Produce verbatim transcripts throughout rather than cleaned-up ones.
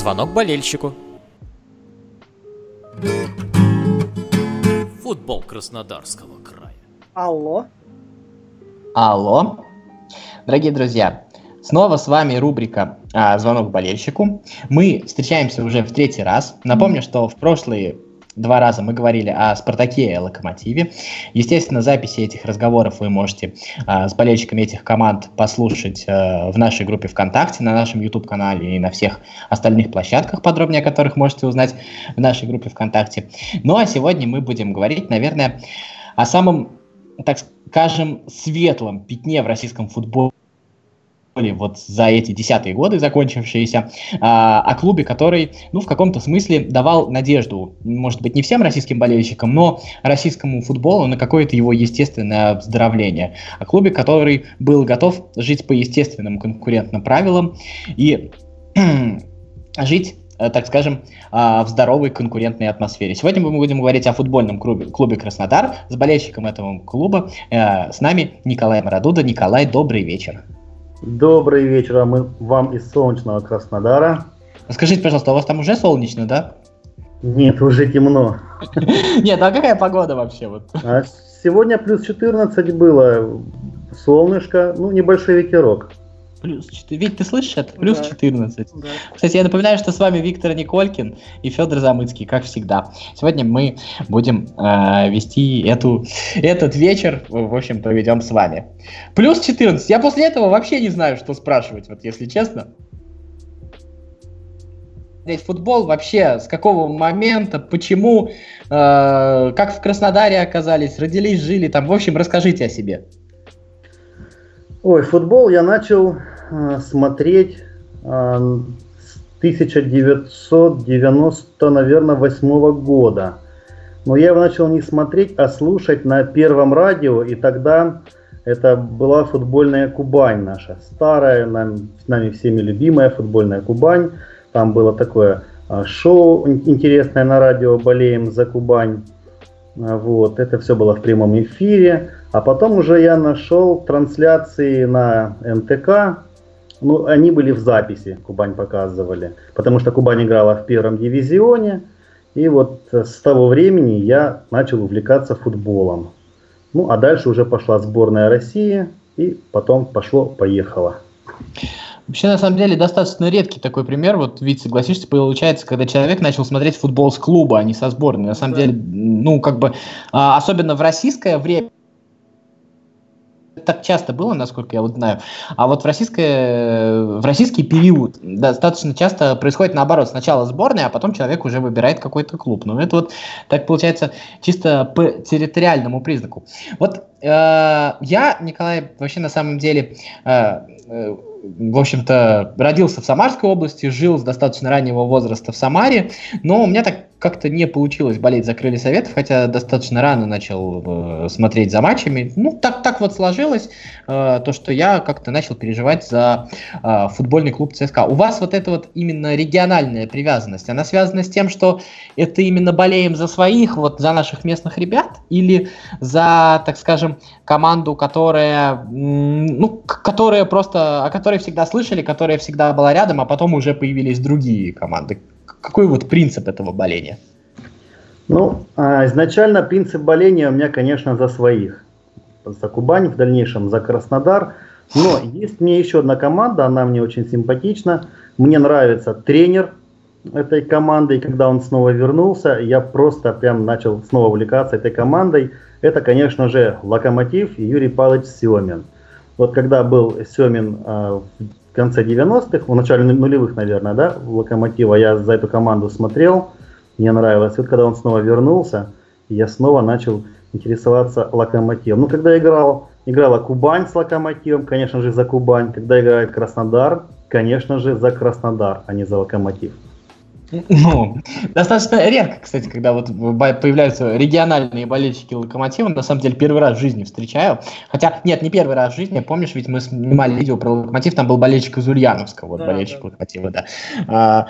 Звонок болельщику. Футбол Краснодарского края. Алло. Алло. Дорогие друзья, снова с вами рубрика а, «Звонок болельщику». Мы встречаемся уже в третий раз. Напомню, что в прошлые два раза мы говорили о «Спартаке» и о «Локомотиве». Естественно, записи этих разговоров вы можете а, с болельщиками этих команд послушать а, в нашей группе ВКонтакте, на нашем YouTube-канале и на всех остальных площадках, подробнее о которых можете узнать в нашей группе ВКонтакте. Ну а сегодня мы будем говорить, наверное, о самом, так скажем, светлом пятне в российском футболе вот за эти десятые годы закончившиеся, а, о клубе, который, ну, в каком-то смысле давал надежду, может быть, не всем российским болельщикам, но российскому футболу на какое-то его естественное выздоровление. О клубе, который был готов жить по естественным конкурентным правилам и жить, так скажем, в здоровой конкурентной атмосфере. Сегодня мы будем говорить о футбольном клубе, клубе «Краснодар». С болельщиком этого клуба э, с нами Николай Марадуда. Николай, добрый вечер. Добрый вечер, а мы вам из солнечного Краснодара. Скажите, пожалуйста, у вас там уже солнечно, да? Нет, уже темно. Нет, ну а какая погода вообще? А сегодня плюс четырнадцать было, солнышко, ну небольшой ветерок. Плюс четырнадцать. Вить, ты слышишь это? Плюс Да. четырнадцать. Да. Кстати, я напоминаю, что с вами Виктор Николькин и Федор Замыцкий, как всегда. Сегодня мы будем э, вести эту, этот вечер, в общем, проведем с вами. Плюс четырнадцать. Я после этого вообще не знаю, что спрашивать, вот если честно. Здесь футбол вообще, с какого момента, почему, э, как в Краснодаре оказались, родились, жили там. В общем, расскажите о себе. Ой, футбол я начал э, смотреть э, с тысяча девятьсот девяносто, наверное, восьмого года. Но я его начал не смотреть, а слушать на Первом радио, и тогда это была футбольная Кубань наша, старая, нам, нами всеми любимая футбольная Кубань. Там было такое э, шоу интересное на радио «Болеем за Кубань». Вот, это все было в прямом эфире. А потом уже я нашел трансляции на эн тэ ка. Ну, они были в записи, Кубань показывали. Потому что Кубань играла в первом дивизионе. И вот с того времени я начал увлекаться футболом. Ну, а дальше уже пошла сборная России. И потом пошло-поехало. Вообще, на самом деле, достаточно редкий такой пример. Вот, Вить, согласишься, получается, когда человек начал смотреть футбол с клуба, а не со сборной. На самом Да. деле, ну, как бы, а, особенно в российское время, так часто было, насколько я вот знаю. А вот в, российское, в российский период достаточно часто происходит наоборот. Сначала сборная, а потом человек уже выбирает какой-то клуб. Но это вот так получается чисто по территориальному признаку. Вот э, я, Николай, вообще на самом деле... Э, э, в общем-то, родился в Самарской области, жил с достаточно раннего возраста в Самаре, но у меня так как-то не получилось болеть за «Крылья Советов», хотя достаточно рано начал э, смотреть за матчами. Ну, так, так вот сложилось, э, то, что я как-то начал переживать за э, футбольный клуб ЦСКА. У вас вот эта вот именно региональная привязанность, она связана с тем, что это именно болеем за своих, вот за наших местных ребят, или за, так скажем, команду, которая, ну, которая просто, о которой всегда слышали, которая всегда была рядом, а потом уже появились другие команды. Какой вот принцип этого боления? Ну, изначально принцип боления у меня, конечно, за своих. За Кубань, в дальнейшем за Краснодар. Но есть мне еще одна команда, она мне очень симпатична. Мне нравится тренер этой команды. И когда он снова вернулся, я просто прям начал снова увлекаться этой командой. Это, конечно же, «Локомотив» и Юрий Павлович Семин. Вот когда был Семин в конце девяностых, в начале нулевых, наверное, да, в «Локомотива», я за эту команду смотрел, мне нравилось. Вот когда он снова вернулся, я снова начал интересоваться «Локомотивом». Ну, когда играл, играла Кубань с «Локомотивом», конечно же, за Кубань. Когда играет Краснодар, конечно же, за Краснодар, а не за «Локомотив». Ну, достаточно редко, кстати, когда вот появляются региональные болельщики «Локомотива». На самом деле, первый раз в жизни встречаю. Хотя, нет, не первый раз в жизни. Помнишь, ведь мы снимали видео про «Локомотив», там был болельщик из Ульяновска, вот, да, болельщик да. «Локомотива», да. А,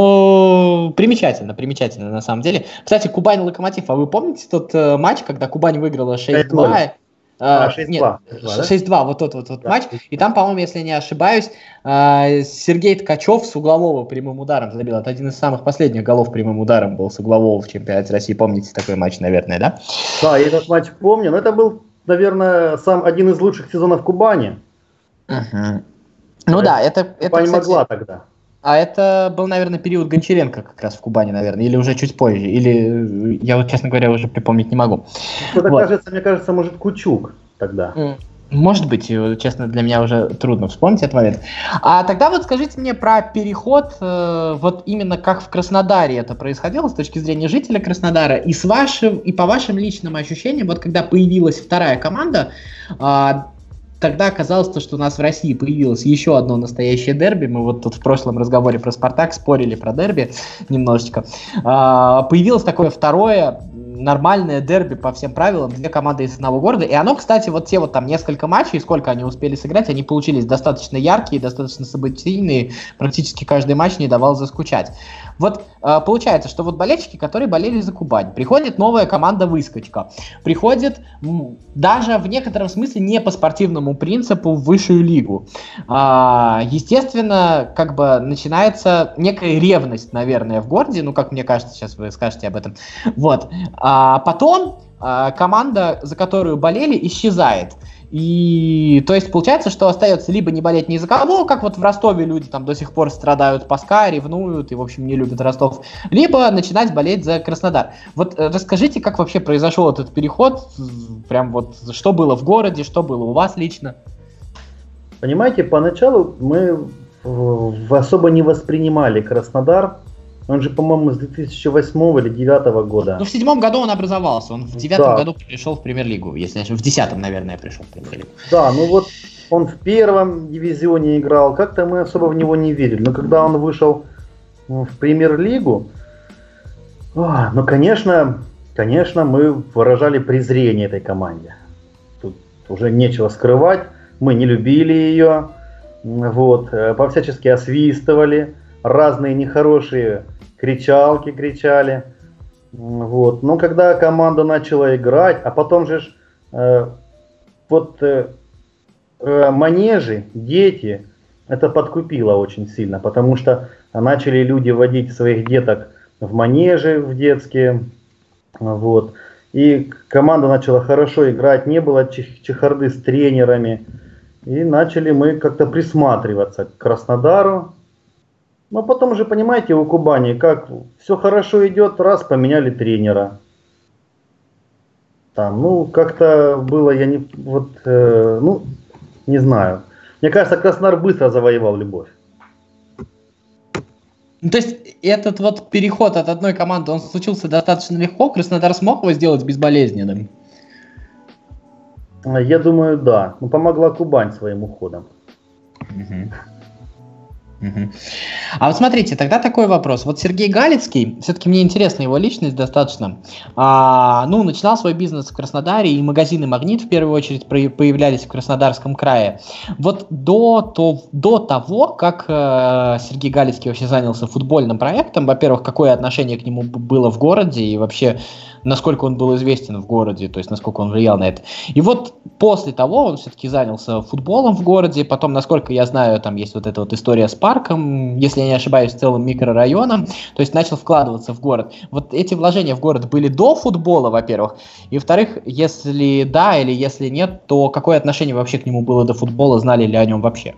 но примечательно, примечательно на самом деле. Кстати, Кубань-Локомотив, а вы помните тот э, матч, когда Кубань выиграла шесть два? А, шесть нет, два. Да? шесть два, вот тот вот, вот Да. матч. И там, по-моему, если не ошибаюсь, а, Сергей Ткачев с углового прямым ударом забил. Это один из самых последних голов прямым ударом был с углового в чемпионате России. Помните такой матч, наверное, да? Да, я этот матч помню. Но это был, наверное, сам один из лучших сезонов Кубани. Угу. Ну это, да, это, это Кубань кстати, могла тогда. А это был, наверное, период Гончаренко как раз в Кубани, наверное, или уже чуть позже, или я вот, честно говоря, уже припомнить не могу. Что-то вот. кажется, мне кажется, может, Кучук тогда. Может быть, честно, для меня уже трудно вспомнить этот момент. А тогда вот скажите мне про переход, э, вот именно как в Краснодаре это происходило с точки зрения жителя Краснодара, и с вашим, и по вашим личным ощущениям, вот когда появилась вторая команда, э, тогда оказалось, то, что у нас в России появилось еще одно настоящее дерби. Мы вот тут в прошлом разговоре про «Спартак» спорили про дерби немножечко. А, появилось такое второе нормальное дерби по всем правилам, две команды из одного города. И оно, кстати, вот те вот там несколько матчей, сколько они успели сыграть, они получились достаточно яркие, достаточно событийные. Практически каждый матч не давал заскучать. Вот э, получается, что вот болельщики, которые болели за Кубань, приходит новая команда «Выскочка», приходит м, даже в некотором смысле не по спортивному принципу в высшую лигу. А, естественно, как бы начинается некая ревность, наверное, в городе, ну, как мне кажется, сейчас вы скажете об этом. Вот. А потом а, команда, за которую болели, исчезает. И то есть получается, что остается либо не болеть ни за кого, как вот в Ростове люди там до сих пор страдают по СКА, ревнуют и, в общем, не любят Ростов, либо начинать болеть за Краснодар. Вот расскажите, как вообще произошел этот переход, прям вот что было в городе, что было у вас лично? Понимаете, поначалу мы особо не воспринимали Краснодар. Он же, по-моему, с две тысячи восьмого или две тысячи девятого года. Ну, в седьмом году он образовался, он в девятом да. году пришел в премьер-лигу, если не ошибаюсь, в десятом, наверное, пришел в премьер-лигу. Да, ну вот он в первом дивизионе играл, как-то мы особо в него не верили. Но когда он вышел в премьер-лигу, ну, конечно, конечно, мы выражали презрение этой команде. Тут уже нечего скрывать, мы не любили ее, вот, по-всячески освистывали, разные нехорошие кричалки кричали. Вот. Но когда команда начала играть, а потом же э, вот э, манежи, дети, это подкупило очень сильно, потому что начали люди водить своих деток в манежи, в детские. Вот. И команда начала хорошо играть, не было чехарды с тренерами. И начали мы как-то присматриваться к Краснодару. Но потом уже, понимаете, у Кубани, как все хорошо идет, раз поменяли тренера. Там, ну, как-то было, я не, вот, э, ну, не знаю. Мне кажется, Краснодар быстро завоевал любовь. Ну, то есть, этот вот переход от одной команды, он случился достаточно легко? Краснодар смог его сделать безболезненным? Я думаю, да. Ну, помогла Кубань своим уходом. Угу. Угу. А вот смотрите, тогда такой вопрос. Вот Сергей Галицкий, все-таки мне интересна его личность достаточно. А, ну, начинал свой бизнес в Краснодаре, и магазины «Магнит» в первую очередь появлялись в Краснодарском крае. Вот до, то, до того, как э, Сергей Галицкий вообще занялся футбольным проектом, во-первых, какое отношение к нему было в городе, и вообще, насколько он был известен в городе, то есть насколько он влиял на это. И вот после того он все-таки занялся футболом в городе, потом, насколько я знаю, там есть вот эта вот история с парком, если я не ошибаюсь, целым микрорайоном, то есть начал вкладываться в город. Вот эти вложения в город были до футбола, во-первых, и во-вторых, если да или если нет, то какое отношение вообще к нему было до футбола, знали ли о нем вообще?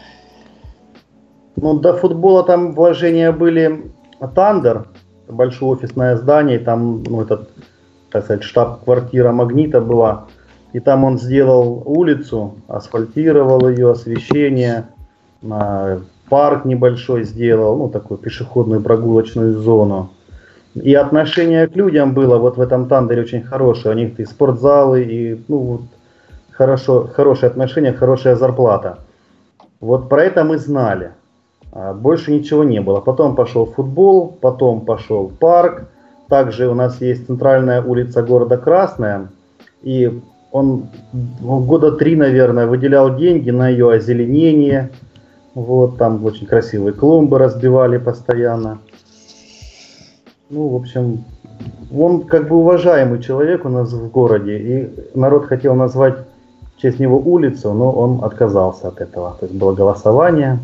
Ну, до футбола там вложения были Тандер, большое офисное здание, там, ну, этот, так сказать, штаб-квартира «Магнита» была, и там он сделал улицу, асфальтировал ее, освещение, парк небольшой сделал, ну, такую пешеходную прогулочную зону. И отношение к людям было вот в этом Тандере очень хорошее, у них и спортзалы, и, ну, вот, хорошо, хорошие отношения, хорошая зарплата. Вот про это мы знали. Больше ничего не было. Потом пошел футбол, потом пошел парк. Также у нас есть центральная улица города Красная. И он года три, наверное, выделял деньги на ее озеленение. Вот, там очень красивые клумбы разбивали постоянно. Ну, в общем, он как бы уважаемый человек у нас в городе. И народ хотел назвать в честь него улицу, но он отказался от этого. То есть было голосование.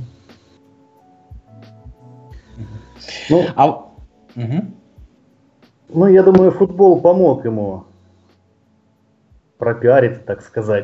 Ну, А... Угу. ну, я думаю, футбол помог ему пропиариться, так сказать.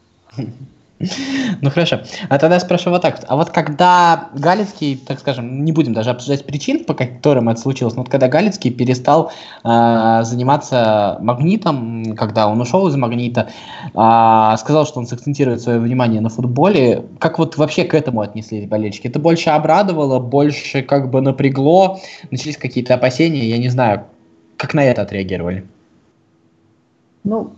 Ну хорошо. А тогда спрошу вот так. А вот когда Галицкий, так скажем, не будем даже обсуждать причин, по которым это случилось, но вот когда Галицкий перестал э, заниматься «Магнитом», когда он ушел из «Магнита», э, сказал, что он сакцентирует свое внимание на футболе, как вот вообще к этому отнеслись болельщики? Это больше обрадовало, больше как бы напрягло, начались какие-то опасения, я не знаю, как на это отреагировали? Ну,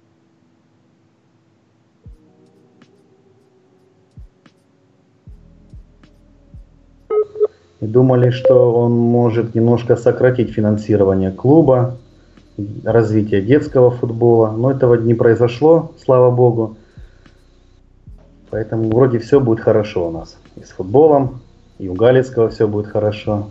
и думали, что он может немножко сократить финансирование клуба, развитие детского футбола, но этого не произошло, слава богу. Поэтому вроде все будет хорошо у нас. И с футболом, и у Галицкого все будет хорошо.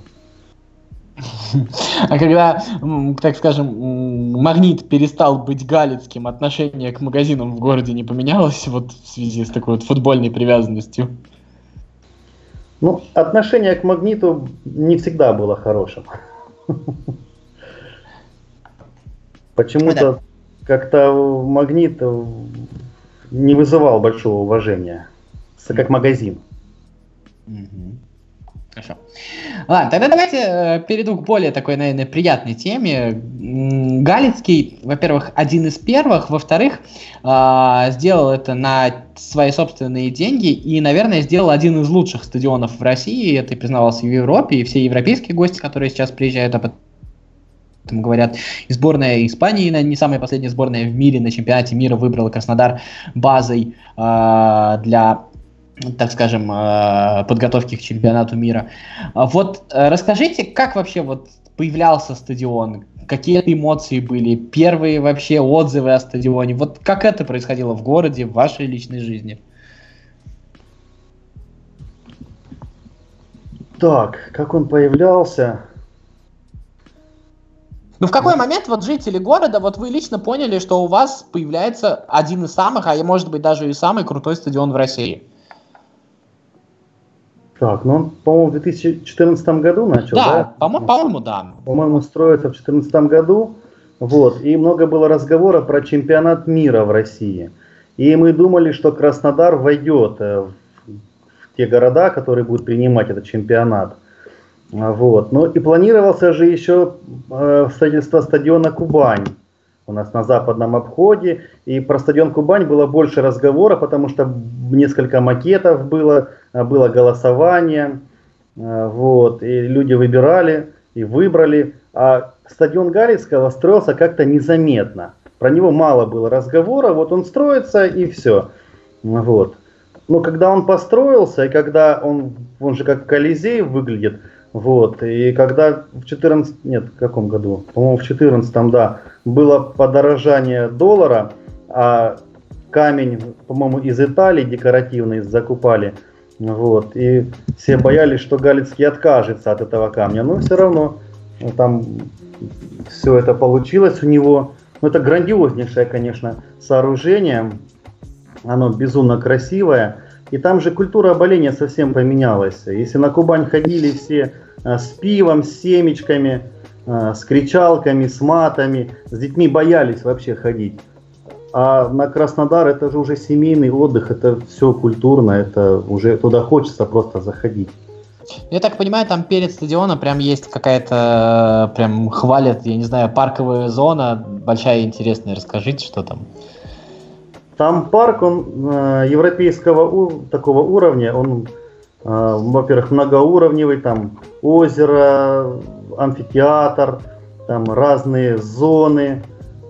А когда, так скажем, «Магнит» перестал быть галицким, отношение к магазинам в городе не поменялось вот в связи с такой вот футбольной привязанностью? Ну, отношение к «Магниту» не всегда было хорошим. Почему-то как-то «Магнит» не вызывал большого уважения, как магазин. Хорошо. Ладно, тогда давайте э, перейду к более такой, наверное, приятной теме. Галицкий, во-первых, один из первых, во-вторых, э, сделал это на свои собственные деньги и, наверное, сделал один из лучших стадионов в России. Это признавался и в Европе, и все европейские гости, которые сейчас приезжают, об этом говорят. И сборная Испании, не самая последняя сборная в мире на чемпионате мира, выбрала Краснодар базой э, для, так скажем, подготовки к чемпионату мира. Вот расскажите, как вообще вот появлялся стадион, какие эмоции были, первые вообще отзывы о стадионе, вот как это происходило в городе, в вашей личной жизни? Так, как он появлялся? Ну, в какой момент вот жители города, вот вы лично поняли, что у вас появляется один из самых, а может быть даже и самый крутой стадион в России? Так, ну он, по-моему, в две тысячи четырнадцатом году начал, да? Да, по-моему, по-моему, да. По-моему, строится в две тысячи четырнадцатом году, вот, и много было разговора про чемпионат мира в России. И мы думали, что Краснодар войдет в те города, которые будут принимать этот чемпионат. Вот. Ну и планировался же еще строительство стадиона «Кубань» у нас на западном обходе. И про стадион «Кубань» было больше разговора, потому что несколько макетов было, было голосование. Вот. И люди выбирали и выбрали. А стадион Галицкого строился как-то незаметно. Про него мало было разговора. Вот он строится и все. Вот. Но когда он построился, и когда он, он же как Колизей выглядит, вот, и когда в четырнадцатом, нет, в каком году, по-моему, в четырнадцатом, да, было подорожание доллара, а камень, по-моему, из Италии декоративный закупали, вот, и все боялись, что Галицкий откажется от этого камня, но все равно там все это получилось у него. Ну, это грандиознейшее, конечно, сооружение, оно безумно красивое. И там же культура оболения совсем поменялась. Если на Кубань ходили все а, с пивом, с семечками, а, с кричалками, с матами, с детьми боялись вообще ходить. А на Краснодар это же уже семейный отдых, это все культурно, это уже туда хочется просто заходить. Я так понимаю, там перед стадионом прям есть какая-то, прям хвалят, я не знаю, парковая зона, большая и интересная. Расскажите, что там? Там парк, он э, европейского у, такого уровня, он, э, во-первых, многоуровневый, там озеро, амфитеатр, там разные зоны,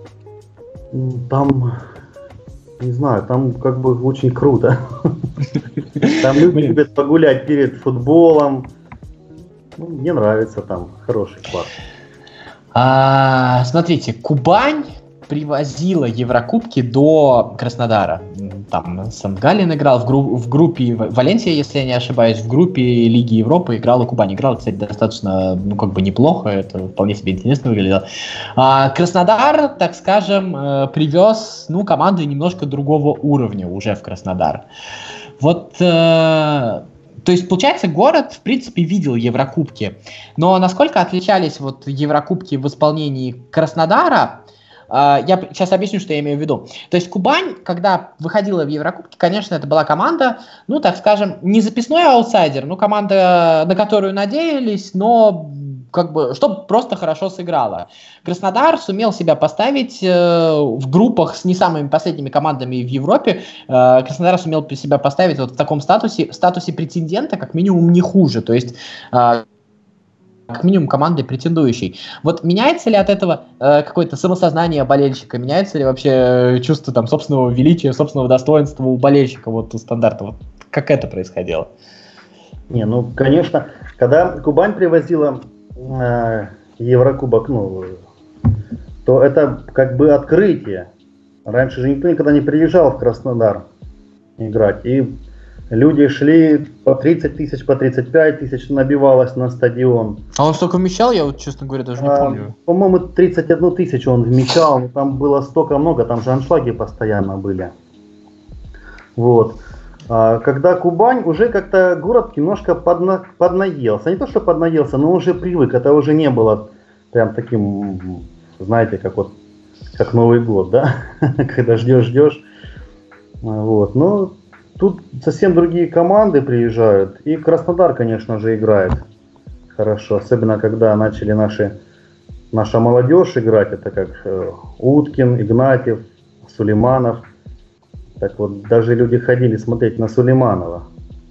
там, не знаю, там как бы очень круто. Там люди любят погулять перед футболом, мне нравится там, хороший парк. А, смотрите, Кубань привозила Еврокубки до Краснодара. Там Сан-Гален играл в, гру- в группе Валенсия, если я не ошибаюсь, в группе Лиги Европы играла Кубань. Играла, кстати, достаточно, ну, как бы неплохо, это вполне себе интересно выглядело. А Краснодар, так скажем, привез, ну, команды немножко другого уровня уже в Краснодар. Вот... Э- То есть, получается, город, в принципе, видел Еврокубки. Но насколько отличались вот Еврокубки в исполнении Краснодара, э, я сейчас объясню, что я имею в виду. То есть Кубань, когда выходила в Еврокубки, конечно, это была команда, ну, так скажем, не записной аутсайдер, ну, команда, на которую надеялись, но как бы, чтобы просто хорошо сыграла. Краснодар сумел себя поставить э, в группах с не самыми последними командами в Европе. Э, Краснодар сумел себя поставить вот в таком статусе, статусе претендента, как минимум, не хуже. То есть, э, как минимум, командой претендующей. Вот меняется ли от этого э, какое-то самосознание болельщика? Меняется ли вообще чувство там собственного величия, собственного достоинства у болельщика, вот у стандарта? Вот как это происходило? Не, ну, конечно, когда Кубань привозила Еврокубок, ну, то это как бы открытие. Раньше же никто никогда не приезжал в Краснодар играть. И люди шли по тридцать тысяч, по тридцать пять тысяч набивалось на стадион. А он столько вмещал, я вот, честно говоря, даже не а, помню. По-моему, тридцать одну тысячу он вмещал, но там было столько много, там же аншлаги постоянно были. Вот. Когда Кубань, уже как-то город немножко подна, поднаелся. Не то, что поднаелся, но уже привык. Это уже не было прям таким, знаете, как вот как Новый год, да? Когда ждешь-ждешь. Вот. Но тут совсем другие команды приезжают. И Краснодар, конечно же, играет хорошо. Особенно, когда начали наши, наша молодежь играть. Это как Уткин, Игнатьев, Сулейманов. Так вот, даже люди ходили смотреть на Сулейманова.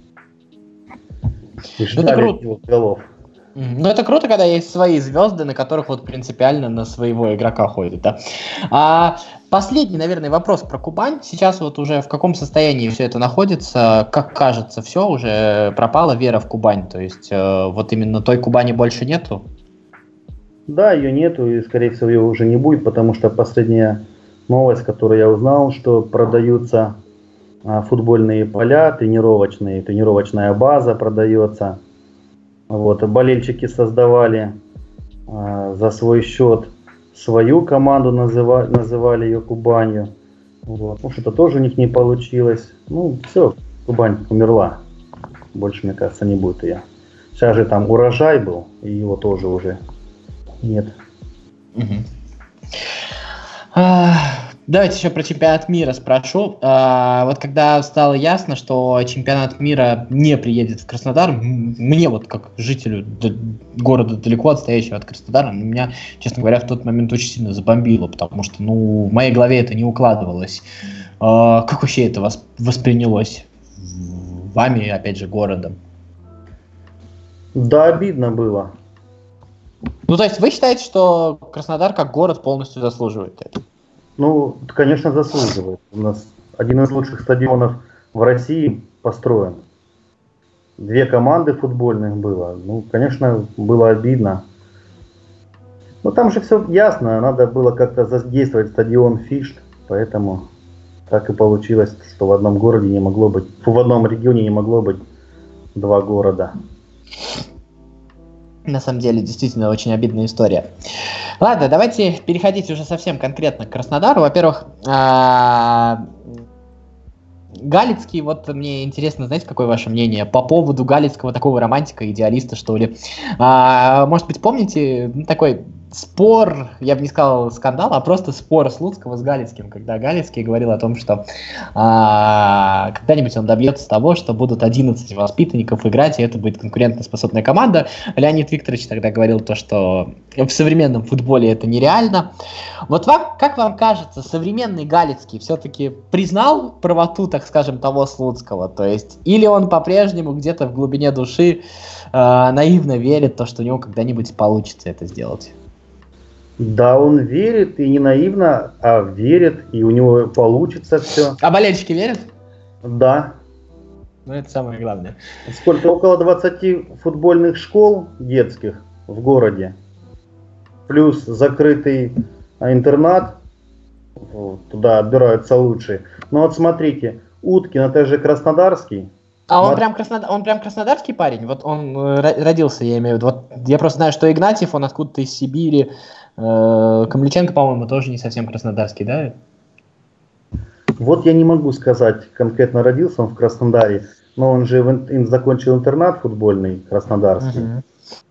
И ждали его голов. Ну, это круто, когда есть свои звезды, на которых вот принципиально на своего игрока ходят, да. А последний, наверное, вопрос про Кубань. Сейчас вот уже в каком состоянии все это находится? Как кажется, все, уже пропала вера в Кубань? То есть э, вот именно той Кубани больше нету? Да, ее нету, и, скорее всего, ее уже не будет, потому что последняя новость, которую я узнал, что продаются а, футбольные поля, тренировочные, тренировочная база продается. Вот, болельщики создавали а, за свой счет свою команду, называ, называли ее Кубанью. Вот. Ну, что-то тоже у них не получилось. Ну, все, Кубань умерла. Больше, мне кажется, не будет ее. Сейчас же там урожай был, и его тоже уже нет. Угу. А, давайте еще про чемпионат мира спрошу. А, вот когда стало ясно, что чемпионат мира не приедет в Краснодар, мне вот как жителю д- города далеко отстоящего от Краснодара, меня, честно говоря, в тот момент очень сильно забомбило, потому что, ну, в моей голове это не укладывалось. А, как вообще это вас воспринялось вами, опять же, городом? Да, обидно было. Ну, то есть вы считаете, что Краснодар как город полностью заслуживает этого? Ну, конечно, заслуживает. У нас один из лучших стадионов в России построен. Две команды футбольных было. Ну, конечно, было обидно. Но там же все ясно. Надо было как-то задействовать стадион Фишт. Поэтому так и получилось, что в одном городе не могло быть, в одном регионе не могло быть два города. На самом деле, действительно, очень обидная история. Ладно, давайте переходить уже совсем конкретно к Краснодару. Во-первых, Галицкий, вот мне интересно, знаете, какое ваше мнение по поводу Галицкого, такого романтика, идеалиста, что ли? Может быть, помните такой спор, я бы не сказал скандал, а просто спор Слуцкого с Галицким, когда Галицкий говорил о том, что а, когда-нибудь он добьется того, что будут одиннадцать воспитанников играть, и это будет конкурентоспособная команда. Леонид Викторович тогда говорил то, что в современном футболе это нереально. Вот вам, как вам кажется, современный Галицкий все-таки признал правоту, так скажем, того Слуцкого? То есть, или он по-прежнему где-то в глубине души а, наивно верит в то, что у него когда-нибудь получится это сделать? Да, он верит, и не наивно, а верит, и у него получится все. А болельщики верят? Да. Ну, это самое главное. Сколько? Около двадцати футбольных школ детских в городе. Плюс закрытый интернат. Вот, туда отбираются лучшие. Но вот смотрите, Уткин, это же краснодарский. А он Мат- прям, краснод... он прям краснодарский парень? Вот он э, ро- родился, я имею в виду. Вот я просто знаю, что Игнатьев, он откуда-то из Сибири. Э, Камличенко, по-моему, тоже не совсем краснодарский, да? Вот я не могу сказать, конкретно родился он в Краснодаре, но он же в ин- ин- закончил интернат футбольный краснодарский. Мгм.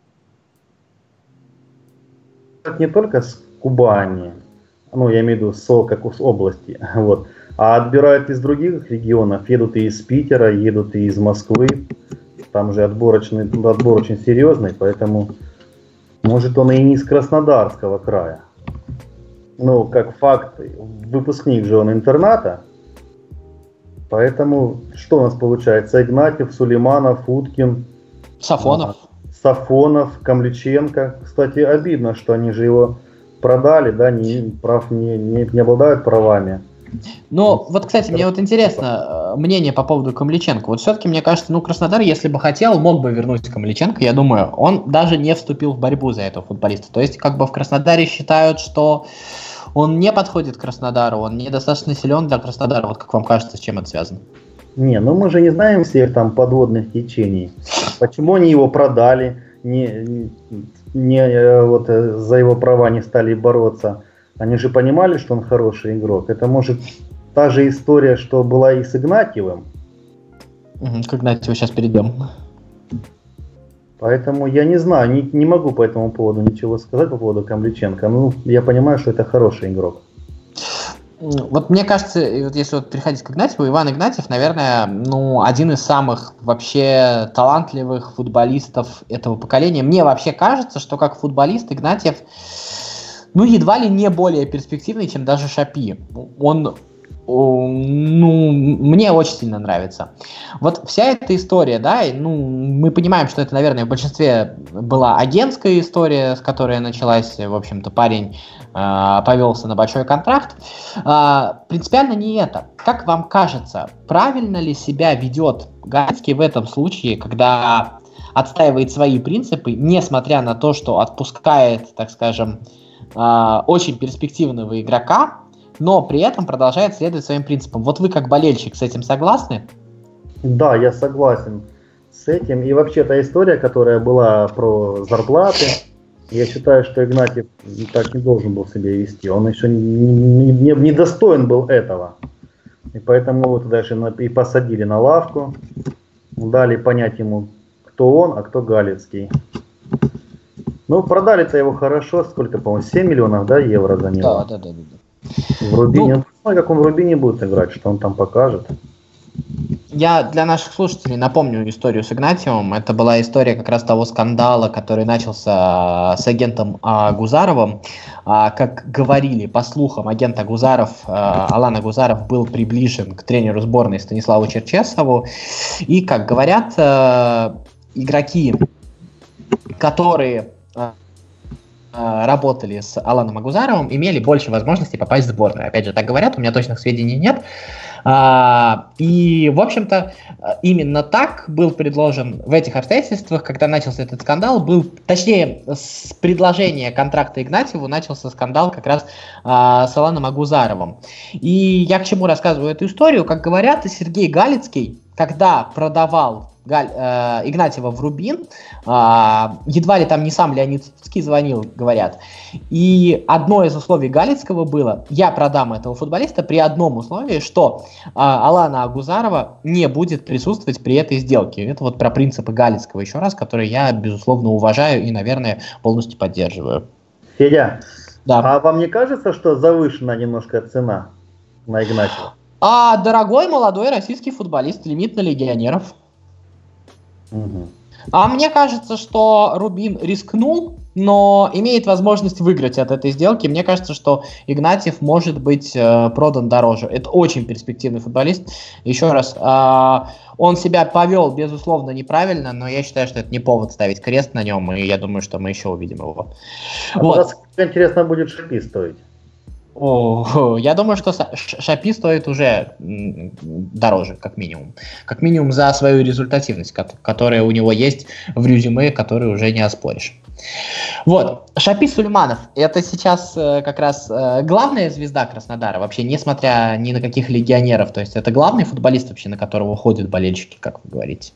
Не только с Кубани, ну я имею в виду со как с области, вот, а отбирают из других регионов, едут и из Питера, едут и из Москвы. Там же отборочный, отбор очень серьезный, поэтому может он и не из Краснодарского края. Ну, как факт, выпускник же он интерната. Поэтому что у нас получается? Игнатьев, Сулейманов, Уткин, Сафонов. Сафонов, Камличенко. Кстати, обидно, что они же его продали, да, не, прав не, не, не обладают правами. Ну, вот, кстати, мне вот интересно э, мнение по поводу Камличенко. Вот все-таки, мне кажется, ну, Краснодар, если бы хотел, мог бы вернуть Камличенко, я думаю. Он даже не вступил в борьбу за этого футболиста. То есть, как бы в Краснодаре считают, что он не подходит к Краснодару, он недостаточно силен для Краснодара. Вот как вам кажется, с чем это связано? Не, ну мы же не знаем всех там подводных течений. Почему они его продали, не, не э, вот э, за его права не стали бороться? Они же понимали, что он хороший игрок. Это может та же история, что была и с Игнатьевым. Угу, к Игнатьеву сейчас перейдем. Поэтому я не знаю, не, не могу по этому поводу ничего сказать по поводу Камличенко. Ну, я понимаю, что это хороший игрок. Вот мне кажется, вот если вот переходить к Игнатьеву, Иван Игнатьев, наверное, ну, один из самых вообще талантливых футболистов этого поколения. Мне вообще кажется, что как футболист Игнатьев, ну, едва ли не более перспективный, чем даже Шапи. Он, ну, мне очень сильно нравится. Вот вся эта история, да, ну, мы понимаем, что это, наверное, в большинстве была агентская история, с которой началась, в общем-то, парень э, повелся на большой контракт. Э, принципиально не это. Как вам кажется, правильно ли себя ведет Галицкий в этом случае, когда отстаивает свои принципы, несмотря на то, что отпускает, так скажем, э, очень перспективного игрока, но при этом продолжает следовать своим принципам? Вот вы как болельщик с этим согласны? Да, я согласен с этим. И вообще та история, которая была про зарплаты, я считаю, что Игнатьев так не должен был себя вести. Он еще не, не, не достоин был этого. И поэтому вот дальше и посадили на лавку, дали понять ему, кто он, а кто Галицкий. Ну, продали-то его хорошо, сколько, по-моему, семь миллионов, да, евро за него. Да, да, да, да. В Рубине, Ну, ну, как он в Рубине будет играть, что он там покажет. Я для наших слушателей напомню историю с Игнатьевым. Это была история как раз того скандала, который начался с агентом а, Гузаровым. А, как говорили, по слухам, агент Агузаров, а, Алан Агузаров был приближен к тренеру сборной Станиславу Черчесову. И, как говорят, а, игроки, которые а, работали с Аланом Агузаровым, имели больше возможностей попасть в сборную. Опять же, так говорят, у меня точных сведений нет. А, и, в общем-то, именно так был предложен в этих обстоятельствах, когда начался этот скандал, был, точнее, с предложения контракта Игнатьеву начался скандал как раз а, с Аланом Агузаровым. И я к чему рассказываю эту историю? Как говорят, Сергей Галицкий, когда продавал Галь, э, Игнатьева в Рубин, э, едва ли там не сам Леонидский звонил, говорят. И одно из условий Галицкого было: я продам этого футболиста при одном условии, что э, Алана Агузарова не будет присутствовать при этой сделке. Это вот про принципы Галицкого еще раз, которые я, безусловно, уважаю и, наверное, полностью поддерживаю. Федя, Да. А вам не кажется, что завышена немножко цена на Игнатьева? А дорогой молодой российский футболист, лимит на легионеров. Угу. А мне кажется, что Рубин рискнул, но имеет возможность выиграть от этой сделки. Мне кажется, что Игнатьев может быть э, продан дороже. Это очень перспективный футболист. Еще раз, э, он себя повел, безусловно, неправильно, но я считаю, что это не повод ставить крест на нем, и я думаю, что мы еще увидим его. А Вот. вот. Интересно будет Шапи стоить. О, я думаю, что Шапи стоит уже дороже, как минимум. Как минимум за свою результативность, которая у него есть в резюме, которую уже не оспоришь. Вот, Шапи Сулейманов, это сейчас э, как раз э, главная звезда Краснодара, вообще, несмотря ни на каких легионеров, то есть это главный футболист вообще, на которого ходят болельщики, как вы говорите?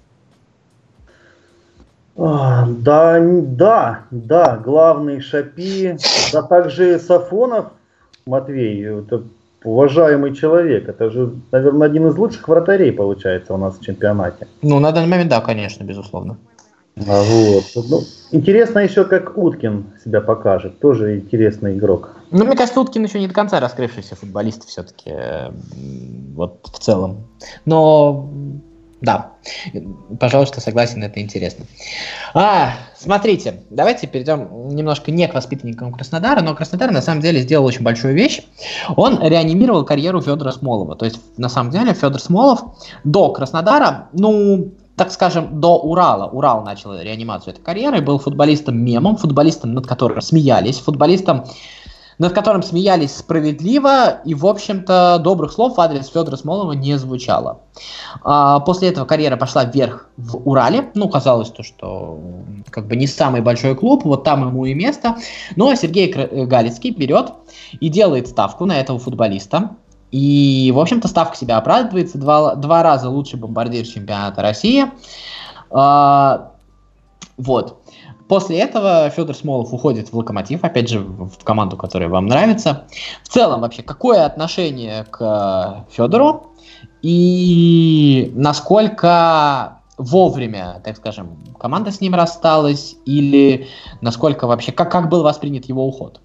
А, да, да, да, главный Шапи, да также Сафонов Матвей, это уважаемый человек, это же, наверное, один из лучших вратарей получается у нас в чемпионате. Ну, на данный момент, да, конечно, безусловно. А вот. Ну, интересно еще, как Уткин себя покажет, тоже интересный игрок. Ну, мне кажется, Уткин еще не до конца раскрывшийся футболист все-таки, э, вот в целом. Но, да, пожалуйста, согласен, это интересно. А, смотрите, давайте перейдем немножко не к воспитанникам Краснодара, но Краснодар на самом деле сделал очень большую вещь. Он реанимировал карьеру Федора Смолова. То есть, на самом деле, Федор Смолов до Краснодара, ну... так скажем, до Урала. Урал начал реанимацию этой карьеры, был футболистом-мемом, футболистом, над которым смеялись, футболистом, над которым смеялись справедливо, и, в общем-то, добрых слов в адрес Федора Смолова не звучало. А, после этого карьера пошла вверх в Урале, ну, казалось, то, что как бы не самый большой клуб, вот там ему и место, но Сергей Галицкий берет и делает ставку на этого футболиста. И, в общем-то, ставка себя оправдывается. Два, два раза лучший бомбардир чемпионата России. А, вот. После этого Федор Смолов уходит в «Локомотив», опять же, в команду, которая вам нравится. В целом, вообще, какое отношение к Федору? И насколько вовремя, так скажем, команда с ним рассталась? Или насколько вообще, как, как был воспринят его уход?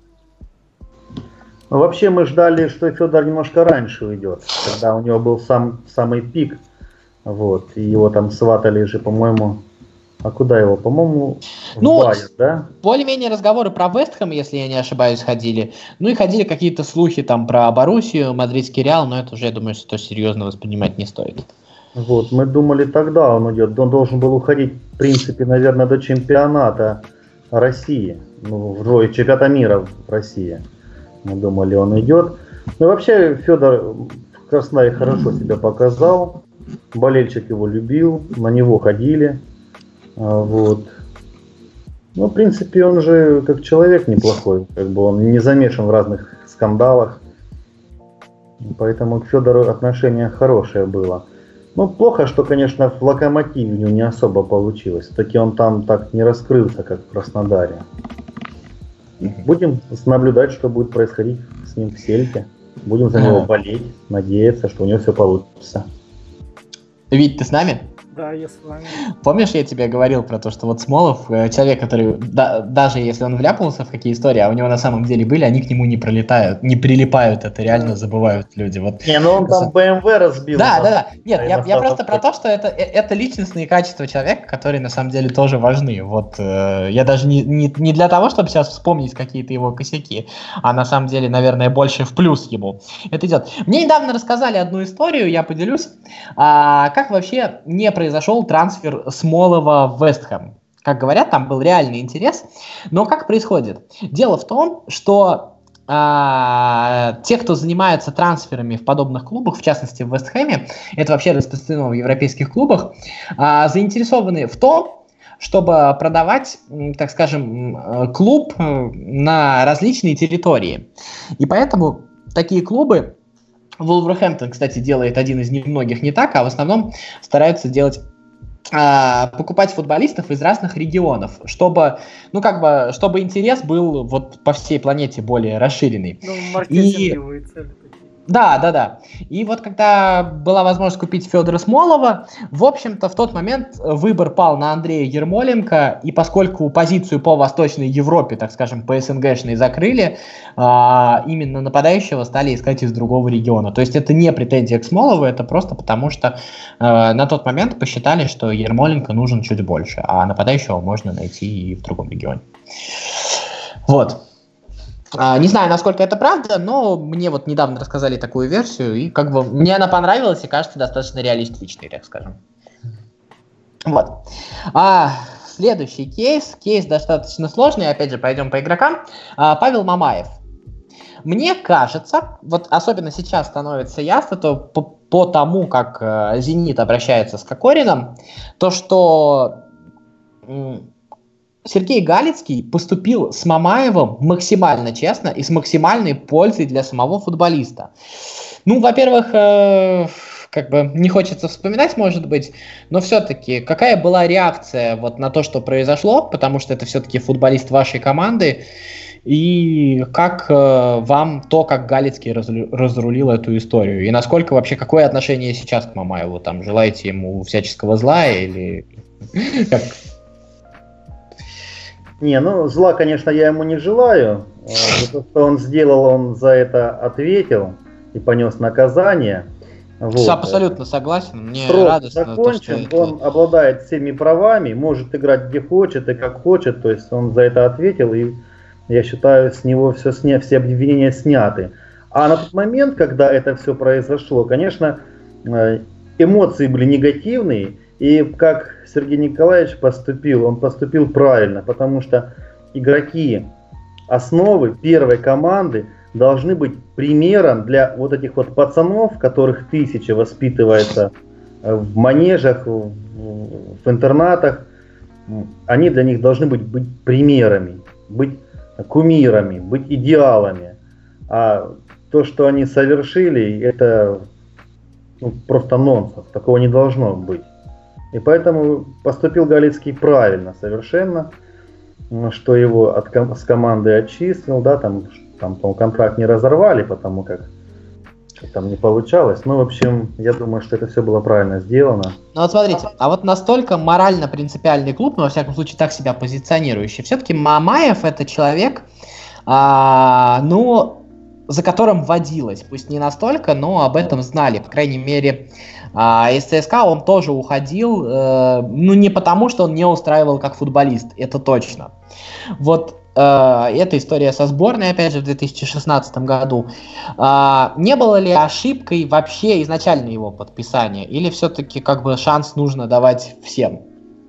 Вообще мы ждали, что Федор немножко раньше уйдет, когда у него был сам, самый пик, вот, и его там сватали же, по-моему, а куда его, по-моему, в ну, Байер, да? Более-менее разговоры про Вест Хэм, если я не ошибаюсь, ходили, ну и ходили какие-то слухи там про Боруссию, Мадридский Реал, но это уже, я думаю, что серьезно воспринимать не стоит. Вот, мы думали, тогда он уйдет, он должен был уходить, в принципе, наверное, до чемпионата России, ну, в чемпионата мира в России. Мы думали, он идет. Но вообще Федор в Краснодаре хорошо себя показал. Болельщик его любил, на него ходили. Вот. Ну, в принципе, он же как человек неплохой. Как бы он не замешан в разных скандалах. Поэтому к Федору отношение хорошее было. Ну, плохо, что, конечно, в «Локомотиве» у него не особо получилось. Все-таки он там так не раскрылся, как в Краснодаре. Будем наблюдать, что будет происходить с ним в Сельте. Будем за него болеть, надеяться, что у него все получится. Вить, ты с нами? Да, я с вами. Помнишь, я тебе говорил про то, что вот Смолов, человек, который, да, даже если он вляпался в какие истории, а у него на самом деле были, они к нему не пролетают, не прилипают, это реально забывают люди. Вот. Не, ну он там бэ эм вэ разбил. Да, да, да. Нет, я, я просто про то, что это, это личностные качества человека, которые на самом деле тоже важны. Вот э, я даже не, не, не для того, чтобы сейчас вспомнить какие-то его косяки, а на самом деле, наверное, больше в плюс ему это идет. Мне недавно рассказали одну историю, я поделюсь, а, как вообще не произошел трансфер Смолова в Вест Хэм. Как говорят, там был реальный интерес. Но как происходит? Дело в том, что а, те, кто занимается трансферами в подобных клубах, в частности в Вест Хэме, это вообще распространено в европейских клубах, а, заинтересованы в том, чтобы продавать, так скажем, клуб на различные территории. И поэтому такие клубы, Вулверхэмптон, кстати, делает один из немногих не так, а в основном стараются делать, а, покупать футболистов из разных регионов, чтобы, ну, как бы, чтобы интерес был вот по всей планете более расширенный. Ну, маркетинговые цели такие. Да, да, да. И вот когда была возможность купить Федора Смолова, в общем-то, в тот момент выбор пал на Андрея Ермоленко, и поскольку позицию по Восточной Европе, так скажем, по эс эн гэшной закрыли, а, именно нападающего стали искать из другого региона. То есть это не претензия к Смолову, это просто потому, что а, на тот момент посчитали, что Ермоленко нужен чуть больше, а нападающего можно найти и в другом регионе. Вот. Не знаю, насколько это правда, но мне вот недавно рассказали такую версию, и как бы мне она понравилась и кажется достаточно реалистичной, так скажем. Вот. А, следующий кейс, кейс достаточно сложный, опять же, пойдем по игрокам. А, Павел Мамаев. Мне кажется, вот особенно сейчас становится ясно, то по, по тому, как э, «Зенит» обращается с Кокорином, то, что... М- Сергей Галицкий поступил с Мамаевым максимально честно и с максимальной пользой для самого футболиста. Ну, во-первых, э, как бы не хочется вспоминать, может быть, но все-таки какая была реакция вот на то, что произошло, потому что это все-таки футболист вашей команды, и как э, вам то, как Галицкий разру- разрулил эту историю, и насколько вообще, какое отношение сейчас к Мамаеву, там, желаете ему всяческого зла или как? Не, ну зла, конечно, я ему не желаю. За то, что он сделал, он за это ответил и понес наказание. Вот. Абсолютно согласен. Мне Срок радостно, закончен, то, что он обладает всеми правами, может играть где хочет и как хочет. То есть он за это ответил, и я считаю, с него все, сня... все обвинения сняты. А на тот момент, когда это все произошло, конечно, эмоции были негативные. И как Сергей Николаевич поступил, он поступил правильно, потому что игроки основы первой команды должны быть примером для вот этих вот пацанов, которых тысячи воспитывается в манежах, в, в интернатах. Они для них должны быть, быть примерами, быть кумирами, быть идеалами. А то, что они совершили, это ну, просто нонсенс, такого не должно быть. И поэтому поступил Галицкий правильно совершенно, что его от, с команды очистил, да, там, там контракт не разорвали, потому как там не получалось. Ну, в общем, я думаю, что это все было правильно сделано. Ну вот смотрите, а вот настолько морально принципиальный клуб, ну, во всяком случае, так себя позиционирующий, все-таки Мамаев это человек, а, ну, за которым водилось, пусть не настолько, но об этом знали, по крайней мере, а из ЦСКА он тоже уходил, э, ну не потому, что он не устраивал как футболист, это точно. Вот э, эта история со сборной, опять же, в две тысячи шестнадцатом году. Э, не было ли ошибкой вообще изначально его подписания? Или все-таки как бы шанс нужно давать всем?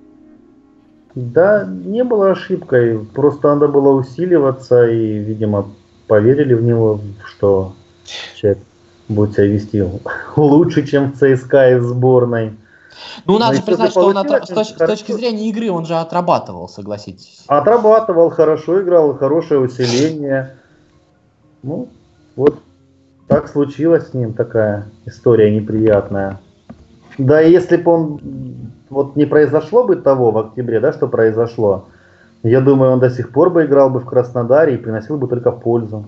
Да, не было ошибкой, просто надо было усиливаться и, видимо, поверили в него, что человек будет себя вести лучше, чем в ЦСКА и в сборной. Ну, надо же признать, что он от... с, точ... хорошо... с точки зрения игры он же отрабатывал, согласитесь. Отрабатывал, хорошо играл, хорошее усиление. Ну, вот так случилось с ним, такая история неприятная. Да, и если бы он вот не произошло бы того в октябре, да, что произошло, я думаю, он до сих пор бы играл бы в Краснодаре и приносил бы только пользу.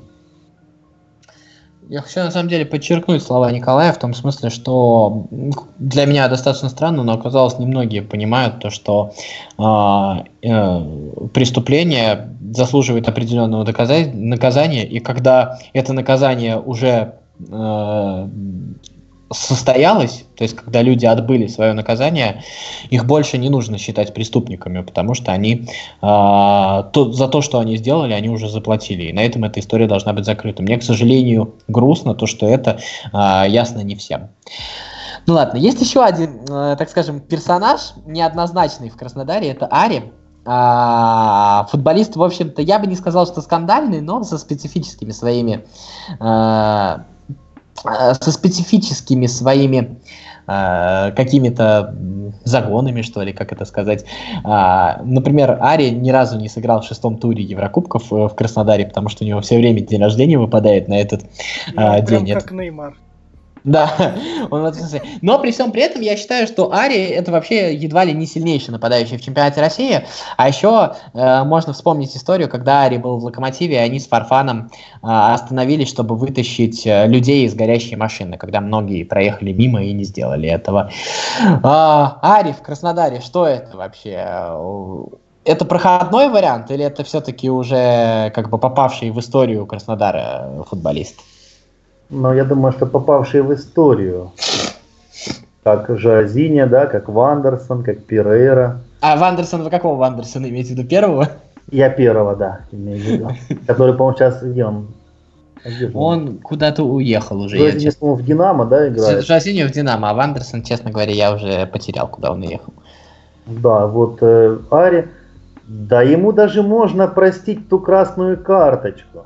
Я хочу на самом деле подчеркнуть слова Николая в том смысле, что для меня достаточно странно, но оказалось, немногие понимают то, что э, э, преступление заслуживает определенного доказа- наказания, и когда это наказание уже э, состоялось, то есть когда люди отбыли свое наказание, их больше не нужно считать преступниками, потому что они э, то, за то, что они сделали, они уже заплатили. И на этом эта история должна быть закрыта. Мне, к сожалению, грустно то, что это э, ясно не всем. Ну ладно, есть еще один, э, так скажем, персонаж неоднозначный в Краснодаре, это Ари. А, футболист, в общем-то, я бы не сказал, что скандальный, но со специфическими своими э, со специфическими своими э, какими-то загонами, что ли, как это сказать. А, например, Ари ни разу не сыграл в шестом туре Еврокубков в Краснодаре, потому что у него все время день рождения выпадает на этот ну, э, день. Прям как Неймар. Да, он в этом смысле. Но при всем при этом я считаю, что Ари это вообще едва ли не сильнейший нападающий в чемпионате России. А еще э, можно вспомнить историю, когда Ари был в Локомотиве, и они с Фарфаном э, остановились, чтобы вытащить э, людей из горящей машины, когда многие проехали мимо и не сделали этого. А, Ари в Краснодаре, что это вообще? Это проходной вариант или это все-таки уже как бы попавший в историю Краснодара футболист? Но я думаю, что попавшие в историю, как Жазиня, да, как Вандерсон, как Перейра. А Вандерсон, вы какого Вандерсона имеете в виду, первого? Я первого, да, имею в виду. Который, по-моему, сейчас где он? А где он? Он куда-то уехал уже. Жазиня, честно... по-моему, в Динамо, да, играет? Жазиня в Динамо, а Вандерсон, честно говоря, я уже потерял, куда он уехал. Да, вот э, Ари, да ему даже можно простить ту красную карточку.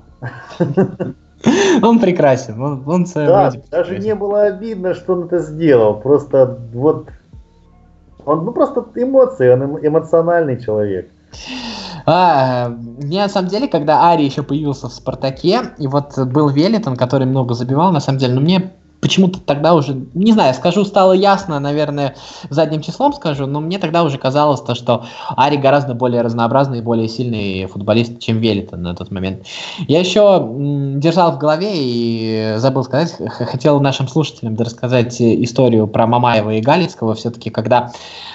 Он прекрасен, он, он да, даже прекрасен. Не было обидно, что он это сделал, просто вот, он, ну просто эмоции, он эмоциональный человек. А, мне на самом деле, когда Ари еще появился в «Спартаке», и вот был Велитон, который много забивал, на самом деле, но мне почему-то тогда уже, не знаю, скажу, стало ясно, наверное, задним числом скажу, но мне тогда уже казалось, то, что Ари гораздо более разнообразный и более сильный футболист, чем Велитон на тот момент. Я еще м, держал в голове и забыл сказать, х- хотел нашим слушателям рассказать историю про Мамаева и Галицкого, все-таки, когда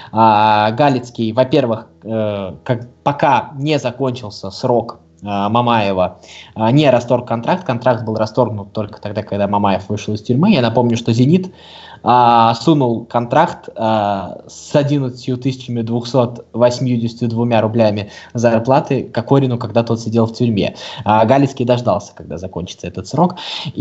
а, Галицкий, во-первых, э, как, пока не закончился срок Мамаева, не расторг контракт. Контракт был расторгнут только тогда, когда Мамаев вышел из тюрьмы. Я напомню, что «Зенит» а, сунул контракт а, с одиннадцатью тысячами двумястами восьмидесятью двумя рублями зарплаты Кокорину, когда тот сидел в тюрьме. А, Галицкий дождался, когда закончится этот срок,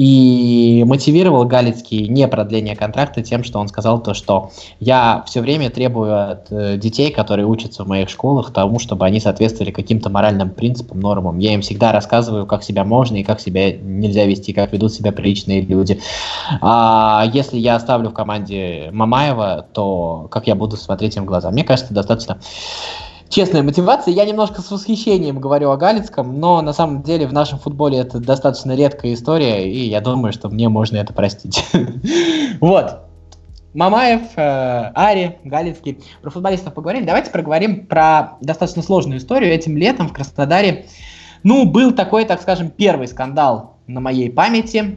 и мотивировал Галицкий не продление контракта тем, что он сказал то, что я все время требую от э, детей, которые учатся в моих школах, тому, чтобы они соответствовали каким-то моральным принципам, нормам. Я им всегда рассказываю, как себя можно и как себя нельзя вести, как ведут себя приличные люди. А если я оставлю в команде Мамаева, то как я буду смотреть им в глаза? Мне кажется, достаточно честная мотивация. Я немножко с восхищением говорю о Галицком, но на самом деле в нашем футболе это достаточно редкая история, и я думаю, что мне можно это простить. Вот. Мамаев, э, Ари, Галицкий. Про футболистов поговорили. Давайте проговорим про достаточно сложную историю. Этим летом в Краснодаре, ну, был такой, так скажем, первый скандал на моей памяти,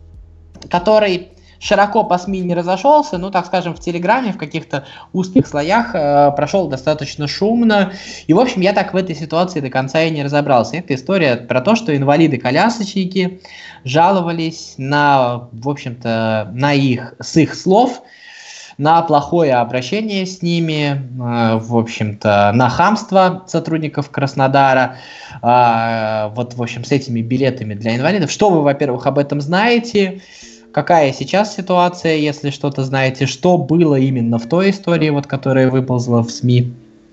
который широко по СМИ не разошелся, ну, так скажем, в Телеграме, в каких-то узких слоях э, прошел достаточно шумно. И, в общем, я так в этой ситуации до конца и не разобрался. Это история про то, что инвалиды-колясочники жаловались на, в общем-то, на их, с их слов, на плохое обращение с ними, э, в общем-то, на хамство сотрудников Краснодара, э, вот, в общем, с этими билетами для инвалидов. Что вы, во-первых, об этом знаете? Какая сейчас ситуация, если что-то знаете? Что было именно в той истории, вот, которая выползла в СМИ?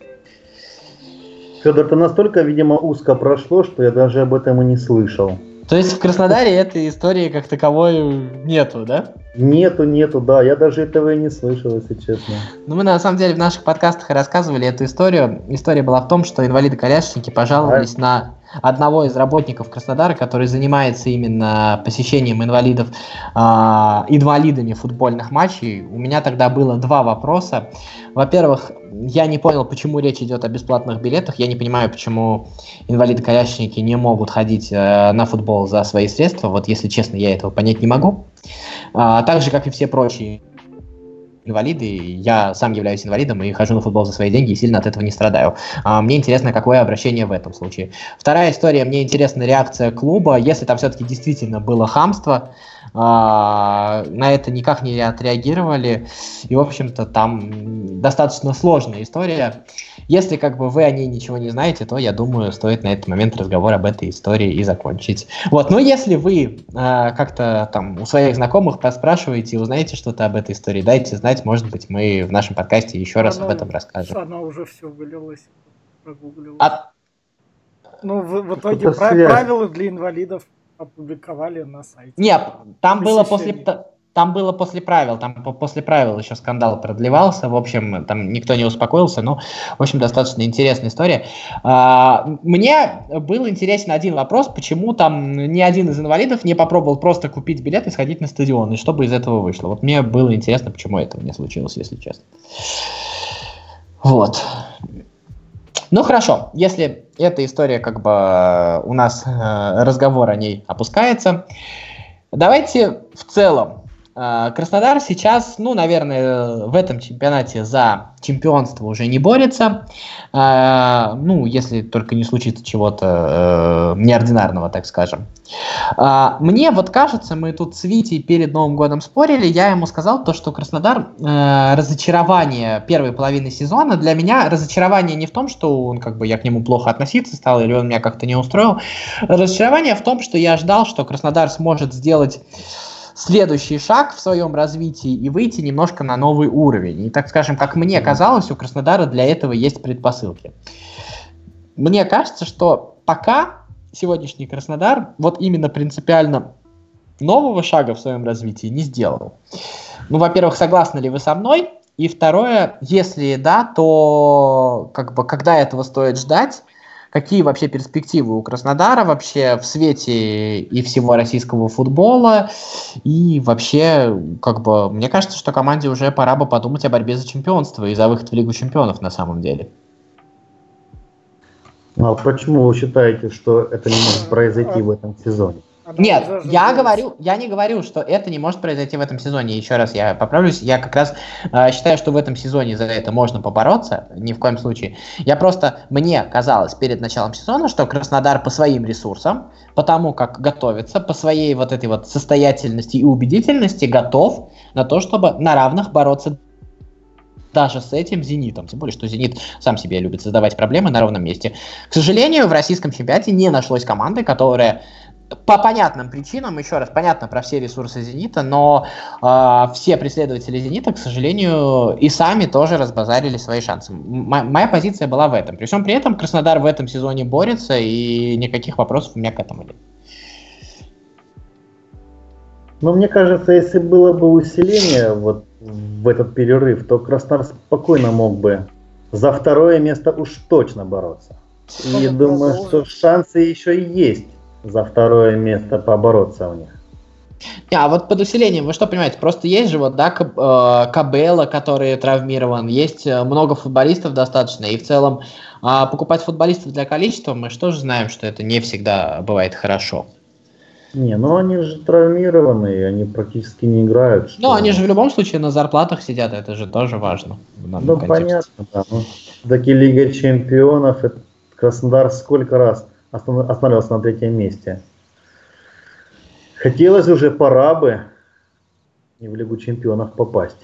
Федор, это настолько, видимо, узко прошло, что я даже об этом и не слышал. То есть в Краснодаре этой истории как таковой нету, да? Нету, нету, да, я даже этого и не слышал, если честно. Ну, мы на самом деле в наших подкастах и рассказывали эту историю. История была в том, что инвалиды-колясочники пожаловались а? на одного из работников Краснодара, который занимается именно посещением инвалидов, э, инвалидами футбольных матчей. У меня тогда было два вопроса. Во-первых, я не понял, почему речь идет о бесплатных билетах. Я не понимаю, почему инвалиды-колясочники не могут ходить э, на футбол за свои средства. Вот, если честно, я этого понять не могу. А, так же, как и все прочие инвалиды, я сам являюсь инвалидом и хожу на футбол за свои деньги и сильно от этого не страдаю. А, мне интересно, какое обращение в этом случае. Вторая история, мне интересна реакция клуба, если там все-таки действительно было хамство, а, на это никак не отреагировали, и, в общем-то, там достаточно сложная история. Если как бы вы о ней ничего не знаете, то, я думаю, стоит на этот момент разговор об этой истории и закончить. Вот, но если вы а, как-то там у своих знакомых поспрашиваете и узнаете что-то об этой истории, дайте знать, может быть, мы в нашем подкасте еще она, раз об этом расскажем. Она уже все вылилась, прогуглилась. А... Ну, в, в итоге прав, правила для инвалидов опубликовали на сайте. Нет, там было после... Там было после правил, там после правил еще скандал продлевался, в общем, там никто не успокоился, но, в общем, достаточно интересная история. Мне был интересен один вопрос, почему там ни один из инвалидов не попробовал просто купить билет и сходить на стадион, и что бы из этого вышло. Вот мне было интересно, почему этого не случилось, если честно. Вот. Ну, хорошо, если эта история, как бы, у нас разговор о ней опускается, давайте в целом. Краснодар сейчас, ну, наверное, в этом чемпионате за чемпионство уже не борется, ну, если только не случится чего-то неординарного, так скажем. Мне вот кажется, мы тут с Витей перед Новым годом спорили, я ему сказал то, что Краснодар разочарование первой половины сезона, для меня разочарование не в том, что он, как бы, я к нему плохо относиться стал или он меня как-то не устроил, разочарование в том, что я ждал, что Краснодар сможет сделать следующий шаг в своем развитии и выйти немножко на новый уровень. И, так скажем, как мне казалось, у Краснодара для этого есть предпосылки. Мне кажется, что пока сегодняшний Краснодар вот именно принципиально нового шага в своем развитии не сделал. Ну, во-первых, согласны ли вы со мной? И второе, если да, то как бы когда этого стоит ждать? какие вообще перспективы у Краснодара вообще в свете и всего российского футбола, и вообще, как бы, мне кажется, что команде уже пора бы подумать о борьбе за чемпионство и за выход в Лигу чемпионов на самом деле. А почему вы считаете, что это не может произойти в этом сезоне? Нет, я говорю, я не говорю, что это не может произойти в этом сезоне. Еще раз я поправлюсь. Я как раз э, считаю, что в этом сезоне за это можно побороться. Ни в коем случае. Я просто, мне казалось перед началом сезона, что Краснодар по своим ресурсам, по тому, как готовится, по своей вот этой вот состоятельности и убедительности готов на то, чтобы на равных бороться даже с этим «Зенитом». Тем более, что «Зенит» сам себе любит создавать проблемы на ровном месте. К сожалению, в российском чемпионате не нашлось команды, которая по понятным причинам, еще раз, понятно про все ресурсы «Зенита», но э, все преследователи «Зенита», к сожалению, и сами тоже разбазарили свои шансы. М- моя позиция была в этом. При всем при этом Краснодар в этом сезоне борется, и никаких вопросов у меня к этому нет. Но мне кажется, если было бы усиление вот в этот перерыв, то Краснодар спокойно мог бы за второе место уж точно бороться. И Ну, думаю, продолжим. что шансы еще и есть за второе место побороться у них. Не, а вот под усилением, вы что понимаете, просто есть же вот, да, Каб- э, Кабелло, который травмирован, есть э, много футболистов достаточно, и в целом э, покупать футболистов для количества, мы же тоже знаем, что это не всегда бывает хорошо. Не, ну они же травмированные, они практически не играют. что- Но они же в любом случае на зарплатах сидят, это же тоже важно. в данном Ну, контексте. понятно, да. Ну, все-таки Лига Чемпионов, это Краснодар сколько раз останов- останавливался на третьем месте. Хотелось уже, пора бы и в Лигу Чемпионов попасть.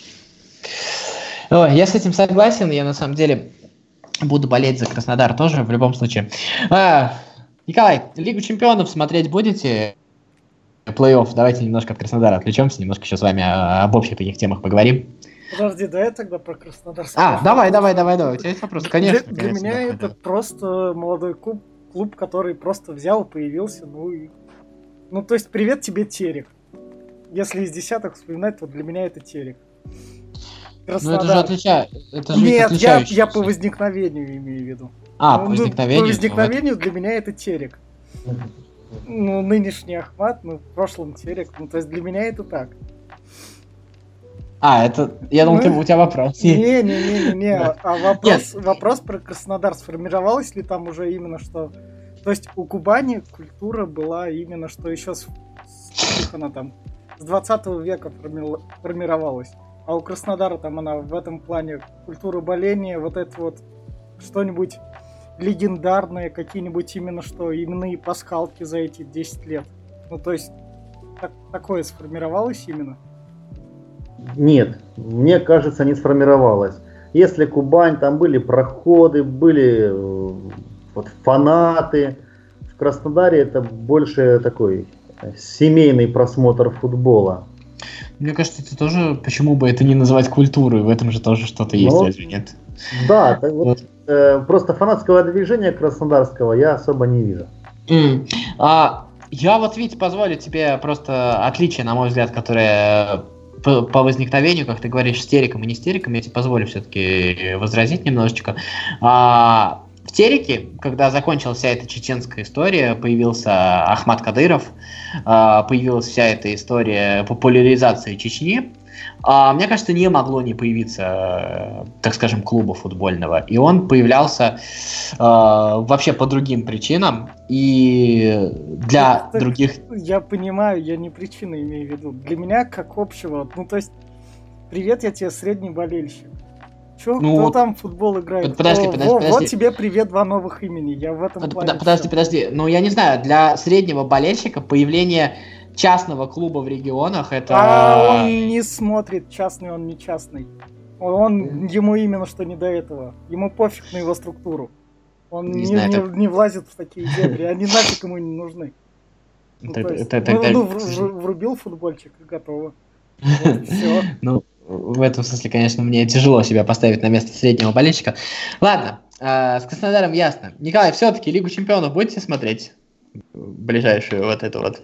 Ой, я с этим согласен, я на самом деле буду болеть за Краснодар тоже в любом случае. А, Николай, Лигу чемпионов смотреть будете? Плей-офф, давайте немножко от Краснодара отвлечемся, немножко еще с вами а, об общих таких темах поговорим. Подожди, да я тогда про Краснодар скажу. А, давай, давай, давай, давай, у тебя есть вопрос? Конечно. Для, для конечно, меня давай, это да. просто молодой клуб, клуб, который просто взял, появился, ну и... Ну, то есть, привет тебе, Терек. Если из десяток вспоминать, то для меня это Терек. Ну это же Краснодар. отличает. Это же Нет, я, отличающийся. я по возникновению имею в виду. А, Ну, по ну, возникновению. По возникновению для меня это Терек. Ну, нынешний Ахмат, ну, в прошлом Терек. Ну, то есть для меня это так. А, это. Я думал, Ну, ты, у тебя вопрос. Не-не-не-не, Да. а вопрос, вопрос про Краснодар, сформировалась ли там уже именно что... То есть у Кубани культура была именно что еще с, с, сколько она там, с двадцатого века форми- формировалась. А у Краснодара там она в этом плане культура боления, вот это вот что-нибудь легендарное, какие-нибудь именно что, именные пасхалки за эти десять лет. Ну то есть так, такое сформировалось именно. Нет, мне кажется, не сформировалось. Если Кубань, там были проходы, были э, вот, фанаты. В Краснодаре это больше такой э, семейный просмотр футбола. Мне кажется, это тоже, почему бы это не называть культурой, в этом же тоже что-то есть, Ну, разве нет? Да, так вот, э, просто фанатского движения краснодарского я особо не вижу. М. А, я вот, видите, позволю тебе просто отличие, на мой взгляд, которое по, по возникновению, как ты говоришь, с Тереком и не с Тереком, я тебе позволю все-таки возразить немножечко. А, в Тереке, когда закончилась вся эта чеченская история, появился Ахмат Кадыров, а, появилась вся эта история популяризации Чечни, а, мне кажется, не могло не появиться, так скажем, клуба футбольного. И он появлялся э, вообще по другим причинам. И для Так, других... Я понимаю, я не причины имею в виду. Для меня как общего, ну то есть, привет, я тебе средний болельщик. Чё, Ну, кто вот- там в футбол играет? Подожди, Во- подожди, во- подожди. Вот тебе привет, два новых имени. Я в этом Под- плане. под- Подожди, всё. подожди. Ну, я не знаю, для среднего болельщика появление частного клуба в регионах это... А он не смотрит, частный он не частный. Он, он- ему именно что не до этого. Ему пофиг на его структуру. Он Не не, знаю, не- так- не влазит в такие дебри, они нафиг ему не нужны. Ну, Это- то есть, это- ну, это- ну, вру- вру- врубил футбольчик и готово. Вот и все. Ну, в этом смысле, конечно, мне тяжело себя поставить на место среднего болельщика. Ладно, э, с Краснодаром ясно. Николай, все-таки Лигу чемпионов будете смотреть? Ближайшую вот эту вот.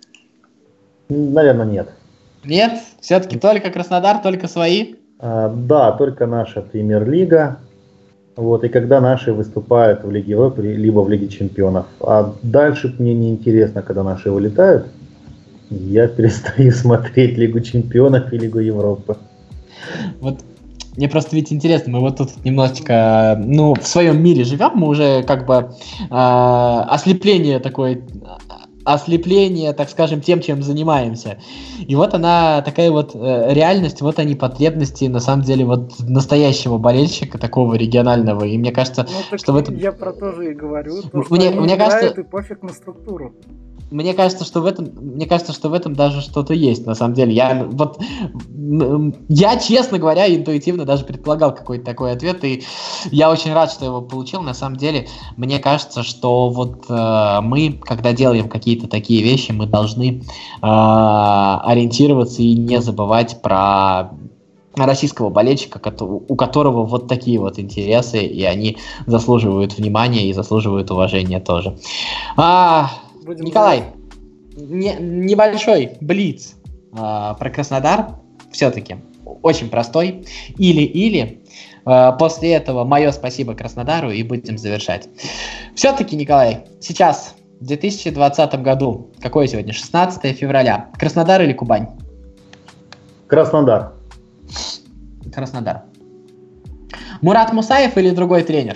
Наверное, нет. Нет? Все-таки только Краснодар, только свои? А, да, только наша премьер-лига. Вот, и когда наши выступают в Лиге Европы, либо в Лиге Чемпионов. А дальше мне не интересно, когда наши вылетают. Я перестаю смотреть Лигу Чемпионов и Лигу Европы. Вот мне просто ведь интересно, мы вот тут немножечко, ну, в своем мире живем, мы уже как бы э, ослепление такое, ослепление, так скажем, тем, чем занимаемся. И вот она, такая вот э, реальность, вот они потребности, на самом деле, вот настоящего болельщика, такого регионального. И мне кажется, ну, что в этом... Я про то же и говорю, то, мне, что они мне играют, кажется... и пофиг на структуру. Мне кажется, что в этом, мне кажется, что в этом даже что-то есть, на самом деле. Я вот, я, честно говоря, интуитивно даже предполагал какой-то такой ответ, и я очень рад, что его получил. На самом деле, мне кажется, что вот э, мы, когда делаем какие-то такие вещи, мы должны э, ориентироваться и не забывать про российского болельщика, у которого вот такие вот интересы, и они заслуживают внимания и заслуживают уважения тоже. А, Будем Николай, не, небольшой блиц а, про Краснодар, все-таки очень простой. Или-или. А, после этого мое спасибо Краснодару, и будем завершать. Все-таки, Николай, сейчас, в две тысячи двадцатом году, какое сегодня, шестнадцатое февраля, Краснодар или Кубань? Краснодар. Краснодар. Мурат Мусаев или другой тренер?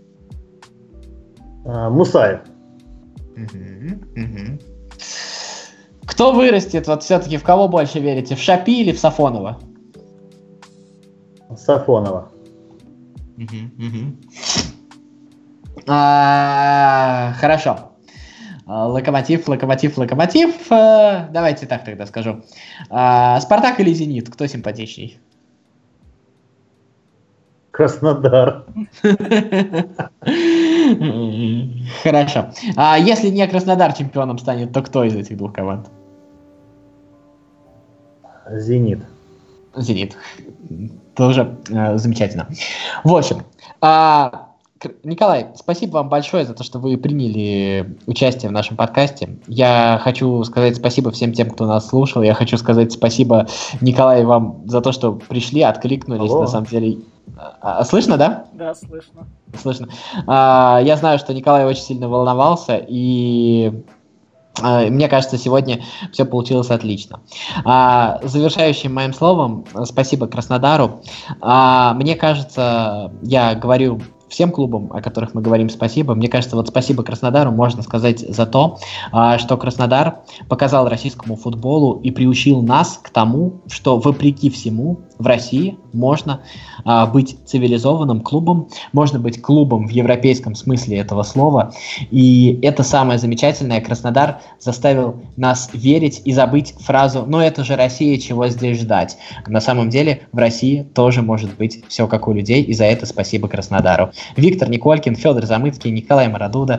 А, Мусаев. Угу, угу. Кто вырастет, вот все-таки в кого больше верите, в Шапи или в Сафонова? Сафонова. Угу, угу. А, хорошо. Локомотив, Локомотив, Локомотив. А, давайте так тогда скажу. А, Спартак или Зенит? Кто симпатичней? Краснодар. Хорошо. А если не Краснодар чемпионом станет, то кто из этих двух команд? Зенит. Зенит. Тоже э, замечательно. В общем, э, Николай, спасибо вам большое за то, что вы приняли участие в нашем подкасте. Я хочу сказать спасибо всем тем, кто нас слушал. Я хочу сказать спасибо, Николай, вам за то, что пришли, откликнулись. Алло. На самом деле... А, слышно, да? Да, слышно. Слышно. А, я знаю, что Николай очень сильно волновался, и а, мне кажется, сегодня все получилось отлично. А, завершающим моим словом, спасибо Краснодару. А, мне кажется, я говорю всем клубам, о которых мы говорим спасибо. Мне кажется, вот спасибо Краснодару можно сказать за то, что Краснодар показал российскому футболу и приучил нас к тому, что вопреки всему в России можно быть цивилизованным клубом, можно быть клубом в европейском смысле этого слова. И это самое замечательное. Краснодар заставил нас верить и забыть фразу «ну это же Россия, чего здесь ждать?». На самом деле в России тоже может быть все как у людей, и за это спасибо Краснодару. Виктор Николькин, Федор Замыцкий, Николай Марадуда.